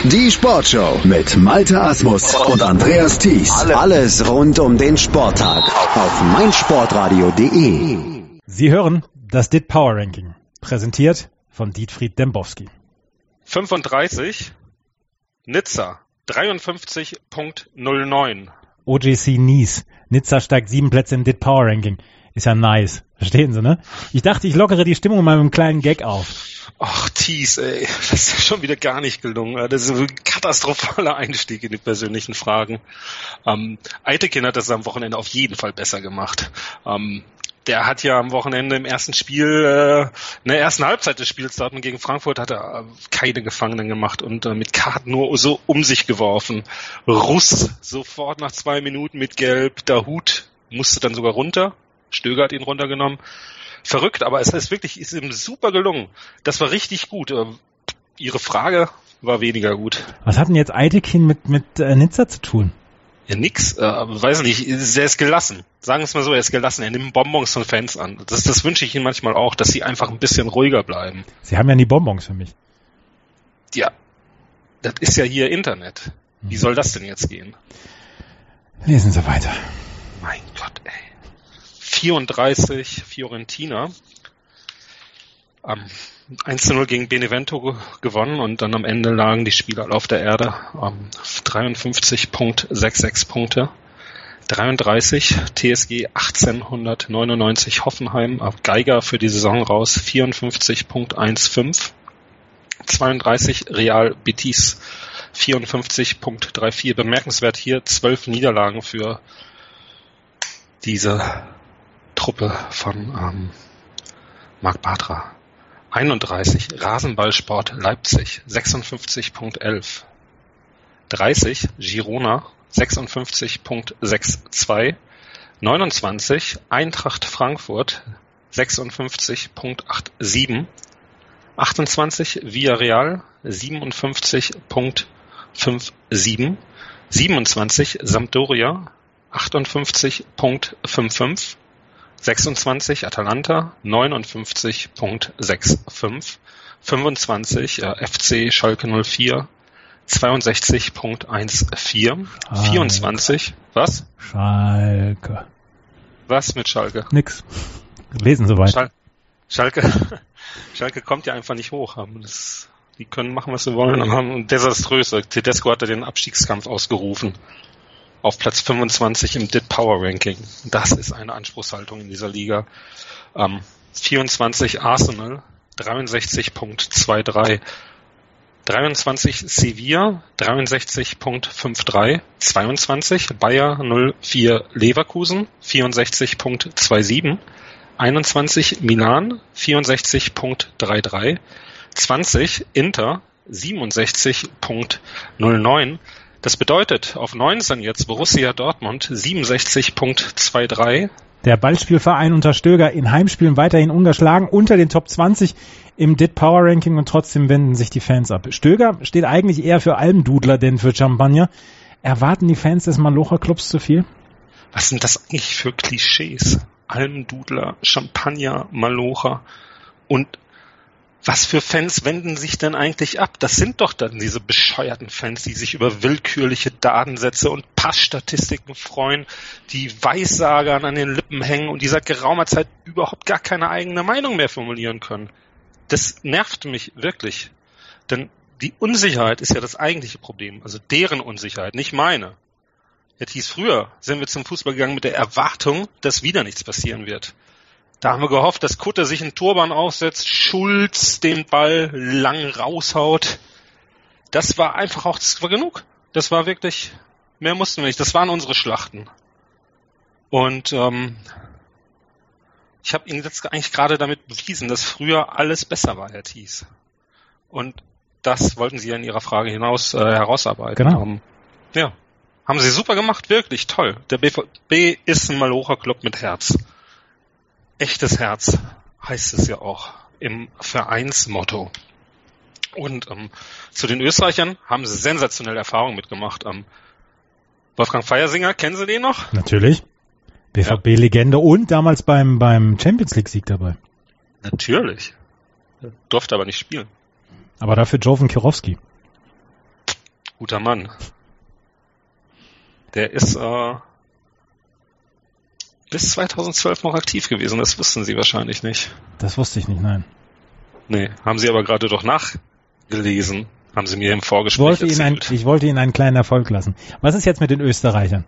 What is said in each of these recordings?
Die Sportshow mit Malte Asmus und Andreas Thies. Alles rund um den Sporttag auf meinsportradio.de. Sie hören das DIT Power Ranking, präsentiert von Dietfried Dembowski. 35, Nizza, 53.09. OGC Nice, Nizza steigt 7 Plätze im DIT Power Ranking. Ist ja nice. Verstehen Sie, ne? Ich dachte, ich lockere die Stimmung mal mit einem kleinen Gag auf. Ach, Thies, ey, das ist schon wieder gar nicht gelungen. Das ist ein katastrophaler Einstieg in die persönlichen Fragen. Eitekin hat das am Wochenende auf jeden Fall besser gemacht. Der hat ja am Wochenende im ersten Spiel, in der ersten Halbzeit des Spiels Dortmund gegen Frankfurt hat er keine Gefangenen gemacht und mit Karten nur so um sich geworfen. Russ sofort nach 2 Minuten mit Gelb, Dahut musste dann sogar runter. Stöger hat ihn runtergenommen. Verrückt, aber es ist ihm super gelungen. Das war richtig gut. Ihre Frage war weniger gut. Was hat denn jetzt Eitekin mit Nizza zu tun? Ja, nix. Weiß nicht. Er ist gelassen. Sagen wir es mal so, er ist gelassen. Er nimmt Bonbons von Fans an. Das wünsche ich Ihnen manchmal auch, dass Sie einfach ein bisschen ruhiger bleiben. Sie haben ja nie Bonbons für mich. Ja, das ist ja hier Internet. Wie soll das denn jetzt gehen? Lesen Sie weiter. Mein Gott, ey. 34 Fiorentina. 1:0 gegen Benevento gewonnen und dann am Ende lagen die Spieler auf der Erde. 53,66 Punkte. 33 TSG 1899 Hoffenheim. Geiger für die Saison raus. 54,15. 32 Real Betis. 54,34. Bemerkenswert hier 12 Niederlagen für diese Truppe von Marc Bartra. 31 Rasenballsport Leipzig 56,11. 30 Girona 56,62. 29 Eintracht Frankfurt 56,87. 28 Villarreal 57,57. 27 Sampdoria 58,55. 26 Atalanta 59,65. 25 FC Schalke 04 62,14. 24 was? Schalke. Was mit Schalke? Nix. Lesen Sie weiter. Schalke kommt ja einfach nicht hoch. Die können machen, was sie wollen. Und haben desaströs. Tedesco hatte den Abstiegskampf ausgerufen. Auf Platz 25 im DIT Power Ranking. Das ist eine Anspruchshaltung in dieser Liga. 24 Arsenal, 63,23. 23 Sevilla, 63,53. 22 Bayer 04 Leverkusen, 64,27. 21 Milan, 64,33. 20 Inter, 67,09. Das bedeutet, auf 19 jetzt Borussia Dortmund 67,23. Der Ballspielverein unter Stöger in Heimspielen weiterhin ungeschlagen, unter den Top 20 im DIT Power Ranking und trotzdem wenden sich die Fans ab. Stöger steht eigentlich eher für Almdudler, denn für Champagner. Erwarten die Fans des Malocher Clubs zu viel? Was sind das eigentlich für Klischees? Almdudler, Champagner, Malocher und was für Fans wenden sich denn eigentlich ab? Das sind doch dann diese bescheuerten Fans, die sich über willkürliche Datensätze und Passstatistiken freuen, die Weissagern an den Lippen hängen und die seit geraumer Zeit überhaupt gar keine eigene Meinung mehr formulieren können. Das nervt mich wirklich. Denn die Unsicherheit ist ja das eigentliche Problem. Also deren Unsicherheit, nicht meine. Jetzt hieß früher, sind wir zum Fußball gegangen mit der Erwartung, dass wieder nichts passieren wird. Da haben wir gehofft, dass Kutter sich einen Turban aufsetzt, Schulz den Ball lang raushaut. Das war einfach auch, das war genug. Das war wirklich, mehr mussten wir nicht. Das waren unsere Schlachten. Und ich habe Ihnen jetzt eigentlich gerade damit bewiesen, dass früher alles besser war, Herr Thies. Und das wollten Sie ja in Ihrer Frage herausarbeiten. Genau. Ja, haben Sie super gemacht, wirklich toll. Der BVB ist ein Malocher Club mit Herz. Echtes Herz heißt es ja auch im Vereinsmotto. Und zu den Österreichern haben sie sensationelle Erfahrungen mitgemacht. Wolfgang Feiersinger, kennen Sie den noch? Natürlich. BVB-Legende und damals beim Champions League-Sieg dabei. Natürlich. Durfte aber nicht spielen. Aber dafür Jovan Kirovski. Guter Mann. Der ist bis 2012 noch aktiv gewesen. Das wussten Sie wahrscheinlich nicht. Das wusste ich nicht, nein. Nee, haben Sie aber gerade doch nachgelesen. Haben Sie mir im Vorgespräch erzählt. Ich wollte Ihnen einen kleinen Erfolg lassen. Was ist jetzt mit den Österreichern?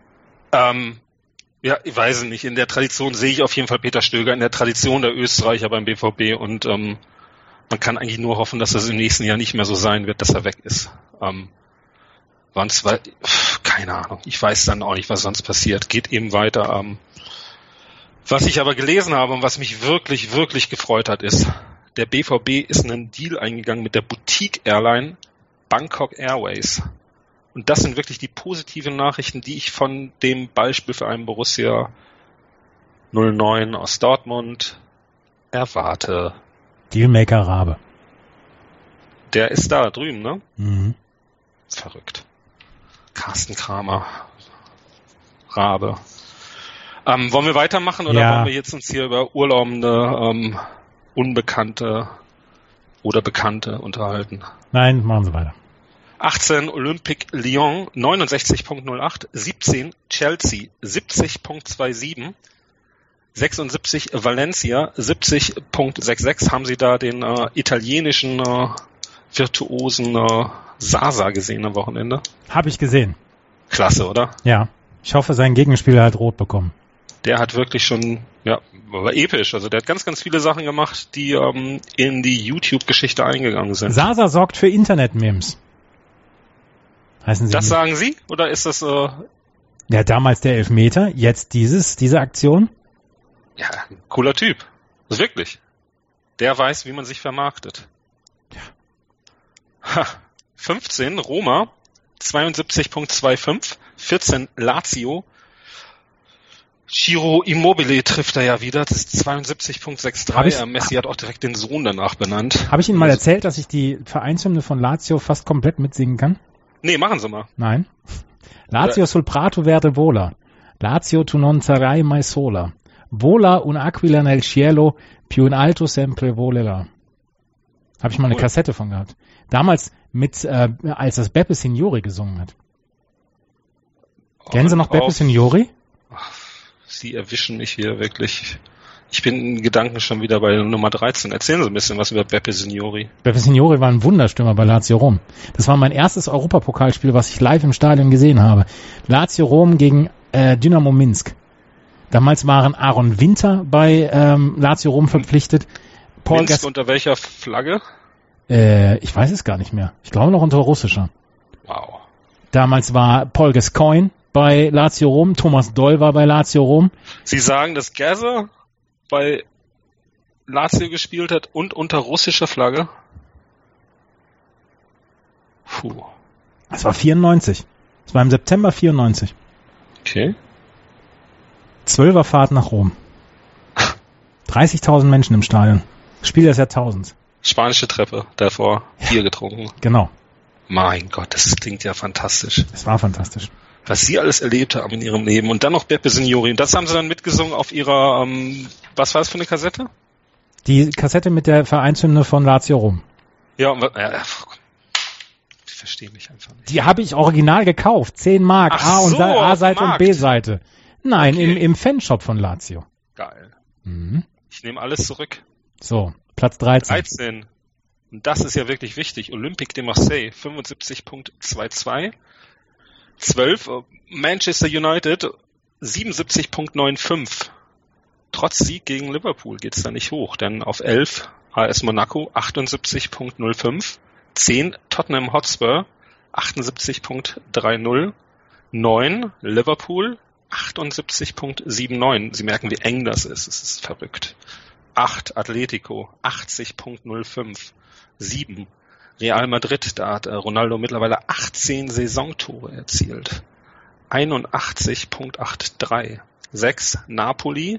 Ja, ich weiß nicht. In der Tradition sehe ich auf jeden Fall Peter Stöger in der Tradition der Österreicher beim BVB und man kann eigentlich nur hoffen, dass es im nächsten Jahr nicht mehr so sein wird, dass er weg ist. Sonst keine Ahnung. Ich weiß dann auch nicht, was sonst passiert. Geht eben weiter. Was ich aber gelesen habe und was mich wirklich, wirklich gefreut hat, ist, der BVB ist einen Deal eingegangen mit der Boutique-Airline Bangkok Airways. Und das sind wirklich die positiven Nachrichten, die ich von dem Beispielverein Borussia 09 aus Dortmund erwarte. Dealmaker Rabe. Der ist da drüben, ne? Mhm. Verrückt. Carsten Kramer. Rabe. Wollen wir weitermachen oder wollen wir jetzt uns hier über urlaubende, Unbekannte oder Bekannte unterhalten? Nein, machen Sie weiter. 18 Olympique Lyon 69.08, 17 Chelsea 70.27, 76 Valencia 70.66. Haben Sie da den italienischen virtuosen Sasa gesehen am Wochenende? Habe ich gesehen. Klasse, oder? Ja. Ich hoffe, sein Gegenspieler hat rot bekommen. Der hat wirklich schon, war episch. Also der hat ganz, ganz viele Sachen gemacht, die in die YouTube-Geschichte eingegangen sind. Sasa sorgt für Internet-Memes. Heißen Sie das nicht? Sagen Sie? Oder ist das... Ja, damals der Elfmeter, jetzt diese Aktion. Ja, cooler Typ. Das ist wirklich. Der weiß, wie man sich vermarktet. Ja. 15 Roma, 72.25, 14 Lazio. Ciro Immobile trifft er ja wieder, das ist 72.63. Messi hat auch direkt den Sohn danach benannt. Habe ich Ihnen mal erzählt, dass ich die Vereinshymne von Lazio fast komplett mitsingen kann? Nee, machen Sie mal. Nein. Lazio sul prato verde vola. Lazio tu non sarai mai sola. Vola un'aquila nel cielo, più in alto sempre volerà. Habe ich mal eine Kassette von gehabt. Damals als das Beppe Signori gesungen hat. Kennen Sie noch Beppe Signori? Sie erwischen mich hier wirklich. Ich bin in Gedanken schon wieder bei Nummer 13. Erzählen Sie ein bisschen was über Beppe Signori. Beppe Signori war ein Wunderstürmer bei Lazio Rom. Das war mein erstes Europapokalspiel, was ich live im Stadion gesehen habe. Lazio Rom gegen Dynamo Minsk. Damals waren Aaron Winter bei Lazio Rom verpflichtet. Minsk unter welcher Flagge? Ich weiß es gar nicht mehr. Ich glaube noch unter russischer. Wow. Damals war Paul Gascoigne bei Lazio Rom. Thomas Doll war bei Lazio Rom. Sie sagen, dass Gazza bei Lazio gespielt hat und unter russischer Flagge? Puh. Das war 94. Das war im September 94. Okay. 12er Fahrt nach Rom. 30.000 Menschen im Stadion. Spiel des Jahrtausends. Spanische Treppe, davor Bier getrunken. Genau. Mein Gott, das klingt ja fantastisch. Das war fantastisch. Was Sie alles erlebt haben in Ihrem Leben. Und dann noch Beppe Signori. Und das haben Sie dann mitgesungen auf Ihrer, was war das für eine Kassette? Die Kassette mit der Vereinshymne von Lazio Rom. Ja, und ich verstehe mich einfach nicht. Die habe ich original gekauft. 10 Mark. A-Seite und B-Seite. Nein, okay. im Fanshop von Lazio. Geil. Mhm. Ich nehme alles zurück. So, Platz 13. 13. Und das ist ja wirklich wichtig. Olympique de Marseille, 75.22. 12. Manchester United, 77.95. Trotz Sieg gegen Liverpool geht's da nicht hoch, denn auf 11 AS Monaco, 78.05. 10 Tottenham Hotspur, 78.30. 9 Liverpool, 78.79. Sie merken, wie eng das ist. Es ist verrückt. 8 Atletico, 80.05. 7 Real Madrid, da hat Ronaldo mittlerweile 18 Saisontore erzielt. 81.83. 6 Napoli,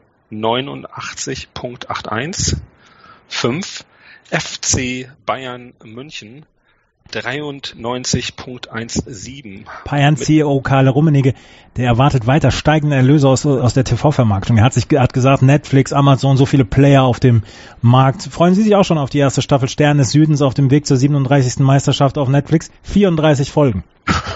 89.81. 5 FC Bayern München, 93.17. Bayern-CEO Karl Rummenigge, der erwartet weiter steigende Erlöse aus der TV-Vermarktung. Er hat gesagt, Netflix, Amazon, so viele Player auf dem Markt. Freuen Sie sich auch schon auf die erste Staffel Stern des Südens auf dem Weg zur 37. Meisterschaft auf Netflix? 34 Folgen.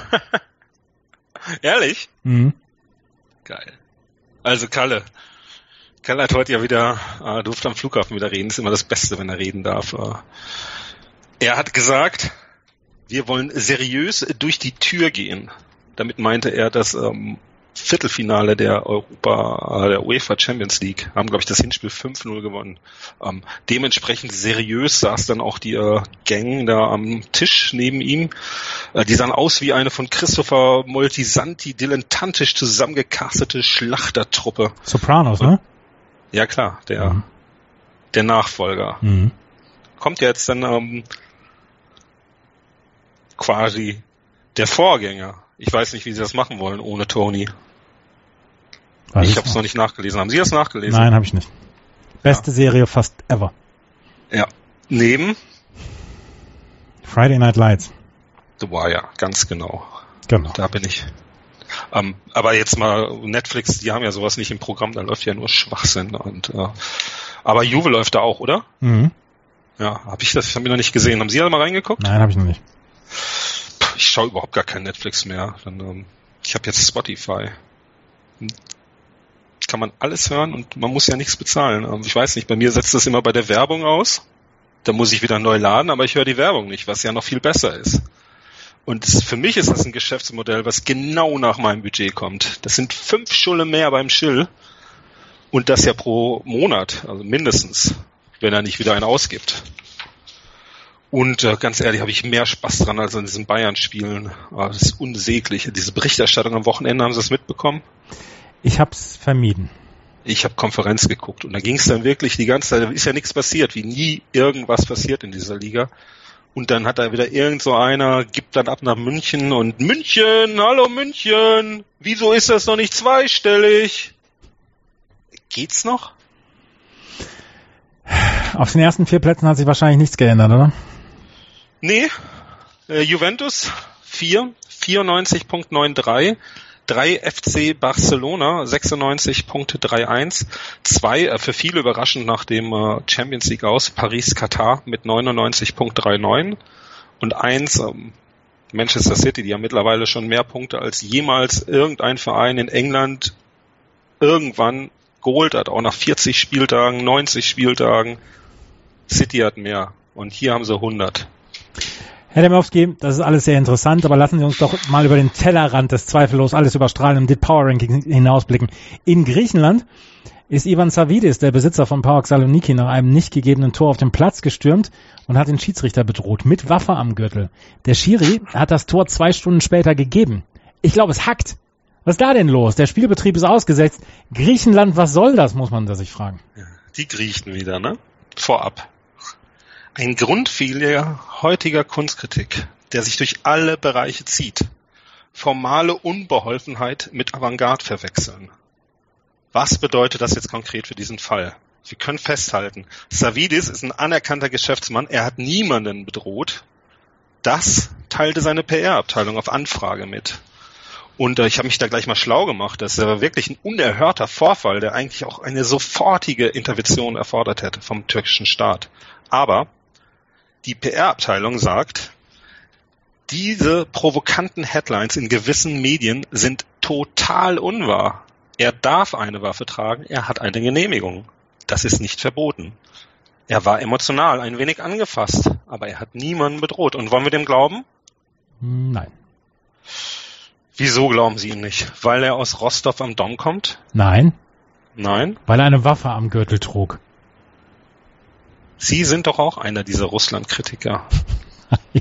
Ehrlich? Mhm. Geil. Also Kalle hat heute ja wieder, durfte am Flughafen wieder reden. Ist immer das Beste, wenn er reden darf. Er hat gesagt, wir wollen seriös durch die Tür gehen. Damit meinte er das Viertelfinale der UEFA Champions League. Haben, glaube ich, das Hinspiel 5-0 gewonnen. Dementsprechend seriös saß dann auch die Gang da am Tisch neben ihm. Die sahen aus wie eine von Christopher Moltisanti dilettantisch zusammengecastete Schlachtertruppe. Sopranos, ne? Ja klar, der Nachfolger. Mhm. Kommt ja jetzt dann quasi der Vorgänger. Ich weiß nicht, wie sie das machen wollen ohne Tony. Ich habe es noch nicht nachgelesen. Haben Sie das nachgelesen? Nein, habe ich nicht. Beste Serie fast ever. Ja. Neben Friday Night Lights. The Wire, ganz genau. Genau. Da bin ich. Aber jetzt mal Netflix, die haben ja sowas nicht im Programm, da läuft ja nur Schwachsinn. Aber Juve läuft da auch, oder? Mhm. Ja, habe ich noch nicht gesehen. Haben Sie da mal reingeguckt? Nein, habe ich noch nicht. Ich schaue überhaupt gar kein Netflix mehr. Ich habe jetzt Spotify. Kann man alles hören und man muss ja nichts bezahlen. Ich weiß nicht, bei mir setzt das immer bei der Werbung aus. Da muss ich wieder neu laden, aber ich höre die Werbung nicht, was ja noch viel besser ist. Und für mich ist das ein Geschäftsmodell, was genau nach meinem Budget kommt. Das sind 5 Schulle mehr beim Schill und das ja pro Monat, also mindestens, wenn er nicht wieder einen ausgibt. Und ganz ehrlich, habe ich mehr Spaß dran als an diesen Bayern-Spielen. Das ist unsäglich. Diese Berichterstattung am Wochenende, haben Sie das mitbekommen? Ich habe es vermieden. Ich habe Konferenz geguckt und da ging es dann wirklich die ganze Zeit, da ist ja nichts passiert, wie nie irgendwas passiert in dieser Liga. Und dann hat da wieder irgend so einer, gibt dann ab nach München und München, hallo München, wieso ist das noch nicht zweistellig? Geht's noch? Auf den ersten 4 Plätzen hat sich wahrscheinlich nichts geändert, oder? Nee, Juventus 4, 94.93, 3 FC Barcelona 96.31, 2 für viele überraschend nach dem Champions League aus Paris Katar mit 99.39 und 1 Manchester City, die haben mittlerweile schon mehr Punkte als jemals irgendein Verein in England irgendwann geholt hat, auch nach 40 Spieltagen, 90 Spieltagen. City hat mehr und hier haben sie 100. Herr Dembowski, das ist alles sehr interessant, aber lassen Sie uns doch mal über den Tellerrand des zweifellos alles überstrahlenden DIT Power Ranking hinausblicken. In Griechenland ist Ivan Savvidis, der Besitzer von PAOK Saloniki, nach einem nicht gegebenen Tor auf den Platz gestürmt und hat den Schiedsrichter bedroht, mit Waffe am Gürtel. Der Schiri hat das Tor 2 Stunden später gegeben. Ich glaube, es hackt. Was ist da denn los? Der Spielbetrieb ist ausgesetzt. Griechenland, was soll das, muss man da sich fragen. Die Griechen wieder, ne? Vorab. Ein Grundfehler heutiger Kunstkritik, der sich durch alle Bereiche zieht. Formale Unbeholfenheit mit Avantgarde verwechseln. Was bedeutet das jetzt konkret für diesen Fall? Wir können festhalten, Savvidis ist ein anerkannter Geschäftsmann, er hat niemanden bedroht. Das teilte seine PR-Abteilung auf Anfrage mit. Und ich habe mich da gleich mal schlau gemacht. Das ist ja wirklich ein unerhörter Vorfall, der eigentlich auch eine sofortige Intervention erfordert hätte vom türkischen Staat. Aber die PR-Abteilung sagt, diese provokanten Headlines in gewissen Medien sind total unwahr. Er darf eine Waffe tragen, er hat eine Genehmigung. Das ist nicht verboten. Er war emotional ein wenig angefasst, aber er hat niemanden bedroht. Und wollen wir dem glauben? Nein. Wieso glauben Sie ihm nicht? Weil er aus Rostov am Don kommt? Nein. Nein? Weil er eine Waffe am Gürtel trug. Sie sind doch auch einer dieser Russland-Kritiker. Nein.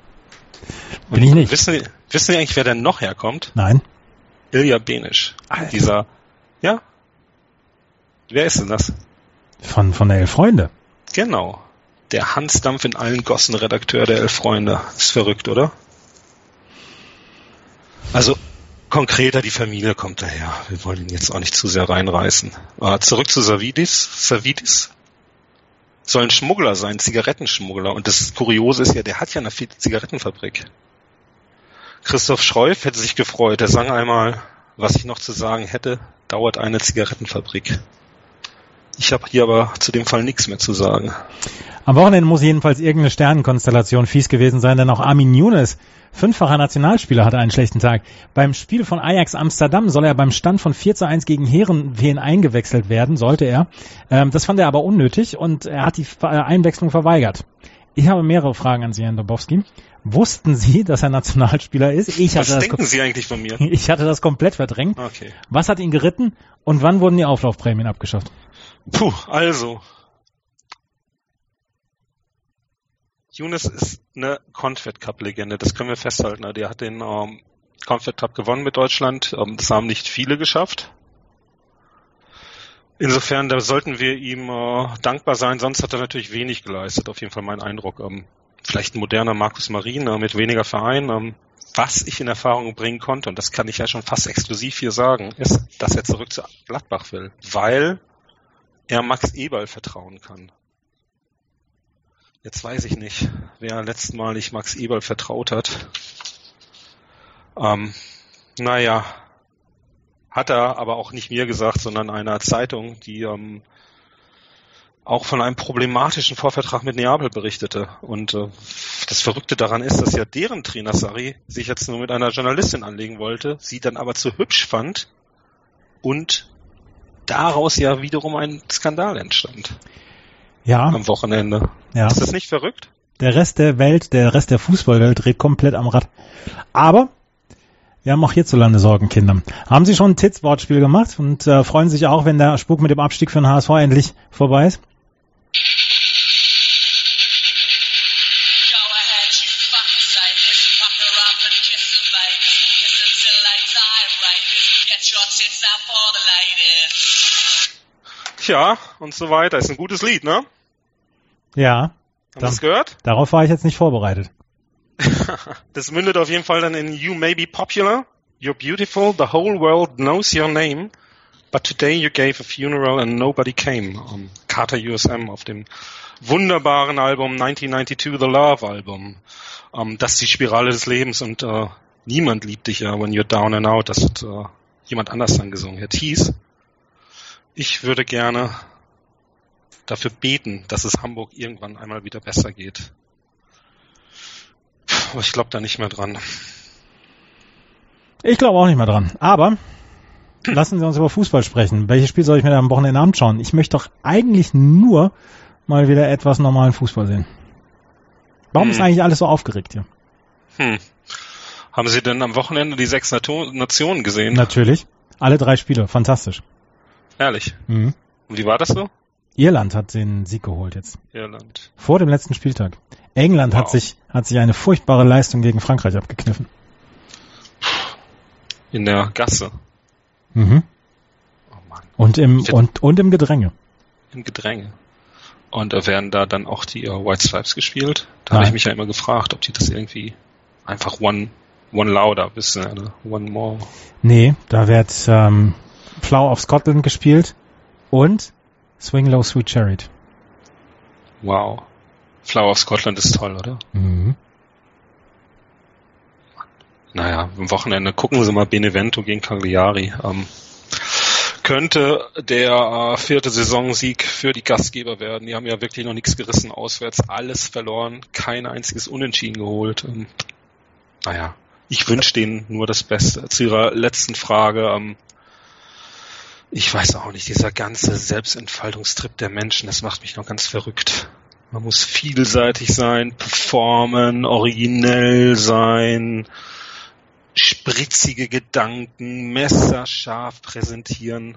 Bin ich nicht. Wissen Sie eigentlich, wer denn noch herkommt? Nein. Ilja Benisch. Alter. Ja? Wer ist denn das? Von der Elf Freunde. Genau. Der Hans Dampf in allen Gossen Redakteur der Elf Freunde. Ist verrückt, oder? Also, konkreter, die Familie kommt daher. Wir wollen ihn jetzt auch nicht zu sehr reinreißen. Zurück zu Savvidis. Savvidis Soll ein Schmuggler sein, Zigarettenschmuggler. Und das Kuriose ist ja, der hat ja eine Zigarettenfabrik. Christoph Schreuf hätte sich gefreut. Er sang einmal, was ich noch zu sagen hätte, dauert eine Zigarettenfabrik. Ich habe hier aber zu dem Fall nichts mehr zu sagen. Am Wochenende muss jedenfalls irgendeine Sternenkonstellation fies gewesen sein, denn auch Armin Younes, 5-facher Nationalspieler, hatte einen schlechten Tag. Beim Spiel von Ajax Amsterdam soll er beim Stand von 4:1 gegen Heerenveen eingewechselt werden, sollte er. Das fand er aber unnötig und er hat die Einwechslung verweigert. Ich habe mehrere Fragen an Sie, Herr Dobowski. Wussten Sie, dass er Nationalspieler ist? Was denken Sie eigentlich von mir? Ich hatte das komplett verdrängt. Okay. Was hat ihn geritten und wann wurden die Auflaufprämien abgeschafft? Also. Younes ist eine Confed Cup-Legende, das können wir festhalten. Der hat den Confed Cup gewonnen mit Deutschland. Das haben nicht viele geschafft. Insofern, da sollten wir ihm dankbar sein, sonst hat er natürlich wenig geleistet, auf jeden Fall mein Eindruck. Vielleicht ein moderner Markus Marin mit weniger Verein. Was ich in Erfahrung bringen konnte, und das kann ich ja schon fast exklusiv hier sagen, ist, dass er zurück zu Gladbach will, weil er Max Eberl vertrauen kann. Jetzt weiß ich nicht, wer letztmalig Max Eberl vertraut hat. Naja, hat er aber auch nicht mir gesagt, sondern einer Zeitung, die auch von einem problematischen Vorvertrag mit Neapel berichtete. Und das Verrückte daran ist, dass ja deren Trainer Sarri sich jetzt nur mit einer Journalistin anlegen wollte, sie dann aber zu hübsch fand und daraus ja wiederum ein Skandal entstand. Ja. Am Wochenende. Ja. Ist das nicht verrückt? Der Rest der Welt, der Rest der Fußballwelt dreht komplett am Rad. Aber wir haben auch hierzulande Sorgenkinder. Haben Sie schon ein Titz-Wortspiel gemacht und freuen sich auch, wenn der Spuk mit dem Abstieg für den HSV endlich vorbei ist? Ja, und so weiter. Ist ein gutes Lied, ne? Ja. Haben Sie das gehört? Darauf war ich jetzt nicht vorbereitet. Das mündet auf jeden Fall dann in You may be popular, you're beautiful, the whole world knows your name, but today you gave a funeral and nobody came. Carter USM auf dem wunderbaren Album 1992, The Love Album. Das ist die Spirale des Lebens und niemand liebt dich ja, when you're down and out. Das hat jemand anders dann gesungen. Herr Thies, ich würde gerne dafür beten, dass es Hamburg irgendwann einmal wieder besser geht. Aber ich glaube da nicht mehr dran. Ich glaube auch nicht mehr dran. Aber lassen Sie uns über Fußball sprechen. Welches Spiel soll ich mir da am Wochenende anschauen? Ich möchte doch eigentlich nur mal wieder etwas normalen Fußball sehen. Warum ist eigentlich alles so aufgeregt hier? Haben Sie denn am Wochenende die 6 Nationen gesehen? Natürlich. Alle 3 Spiele. Fantastisch. Ehrlich? Mhm. Und wie war das so? Irland hat den Sieg geholt jetzt. Irland. Vor dem letzten Spieltag. England hat sich eine furchtbare Leistung gegen Frankreich abgekniffen. In der Gasse. Mhm. Oh Mann. Und im Gedränge. Im Gedränge. Und werden da dann auch die White Stripes gespielt? Da habe ich mich ja immer gefragt, ob die das irgendwie einfach one louder wissen, oder one more. Nee, da wird Flower of Scotland gespielt und Swing Low Sweet Chariot. Wow. Flower of Scotland ist toll, oder? Mhm. Naja, am Wochenende gucken Sie mal Benevento gegen Cagliari. Könnte der 4. Saisonsieg für die Gastgeber werden. Die haben ja wirklich noch nichts gerissen auswärts. Alles verloren. Kein einziges Unentschieden geholt. Naja, ich wünsche denen nur das Beste. Zu Ihrer letzten Frage. Ich weiß auch nicht, dieser ganze Selbstentfaltungstrip der Menschen, das macht mich noch ganz verrückt. Man muss vielseitig sein, performen, originell sein, spritzige Gedanken, messerscharf präsentieren,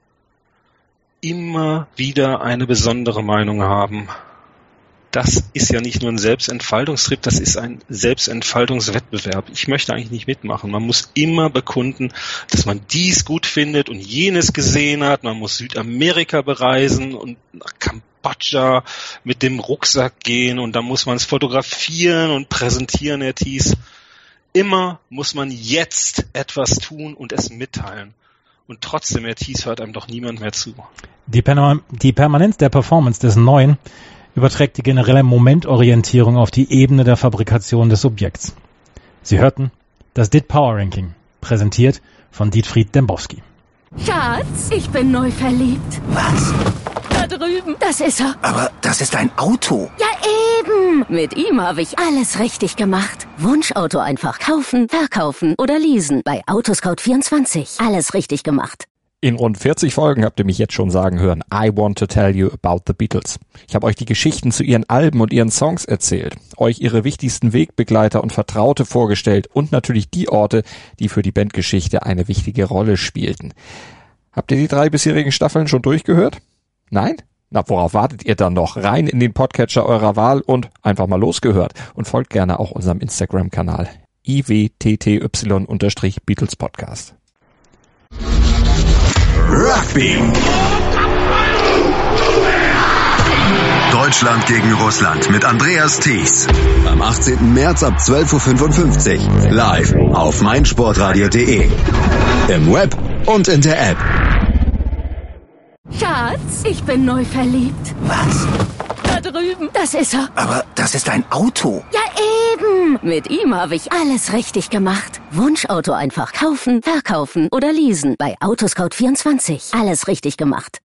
immer wieder eine besondere Meinung haben. Das ist ja nicht nur ein Selbstentfaltungstrip, das ist ein Selbstentfaltungswettbewerb. Ich möchte eigentlich nicht mitmachen. Man muss immer bekunden, dass man dies gut findet und jenes gesehen hat. Man muss Südamerika bereisen und nach Kambodscha mit dem Rucksack gehen und dann muss man es fotografieren und präsentieren, Herr Thies. Immer muss man jetzt etwas tun und es mitteilen. und trotzdem, Herr Thies, hört einem doch niemand mehr zu. Die Permanenz der Performance des Neuen überträgt die generelle Momentorientierung auf die Ebene der Fabrikation des Subjekts. Sie hörten das DIT Power Ranking, präsentiert von Dietfried Dembowski. Schatz, ich bin neu verliebt. Was? Da drüben. Das ist er. Aber das ist ein Auto. Ja, eben. Mit ihm habe ich alles richtig gemacht. Wunschauto einfach kaufen, verkaufen oder leasen. Bei Autoscout24. Alles richtig gemacht. In rund 40 Folgen habt ihr mich jetzt schon sagen hören, I want to tell you about the Beatles. Ich habe euch die Geschichten zu ihren Alben und ihren Songs erzählt, euch ihre wichtigsten Wegbegleiter und Vertraute vorgestellt und natürlich die Orte, die für die Bandgeschichte eine wichtige Rolle spielten. Habt ihr die 3 bisherigen Staffeln schon durchgehört? Nein? Na, worauf wartet ihr dann noch? Rein in den Podcatcher eurer Wahl und einfach mal losgehört. Und folgt gerne auch unserem Instagram-Kanal iwtty_Beatles Podcast. Rugby. Deutschland gegen Russland mit Andreas Thies. Am 18. März ab 12.55 Uhr. Live auf meinsportradio.de. Im Web und in der App. Schatz, ich bin neu verliebt. Was? Da drüben. Das ist er. Aber das ist ein Auto. Ja, eben. Mit ihm habe ich alles richtig gemacht. Wunschauto einfach kaufen, verkaufen oder leasen. Bei Autoscout24. Alles richtig gemacht.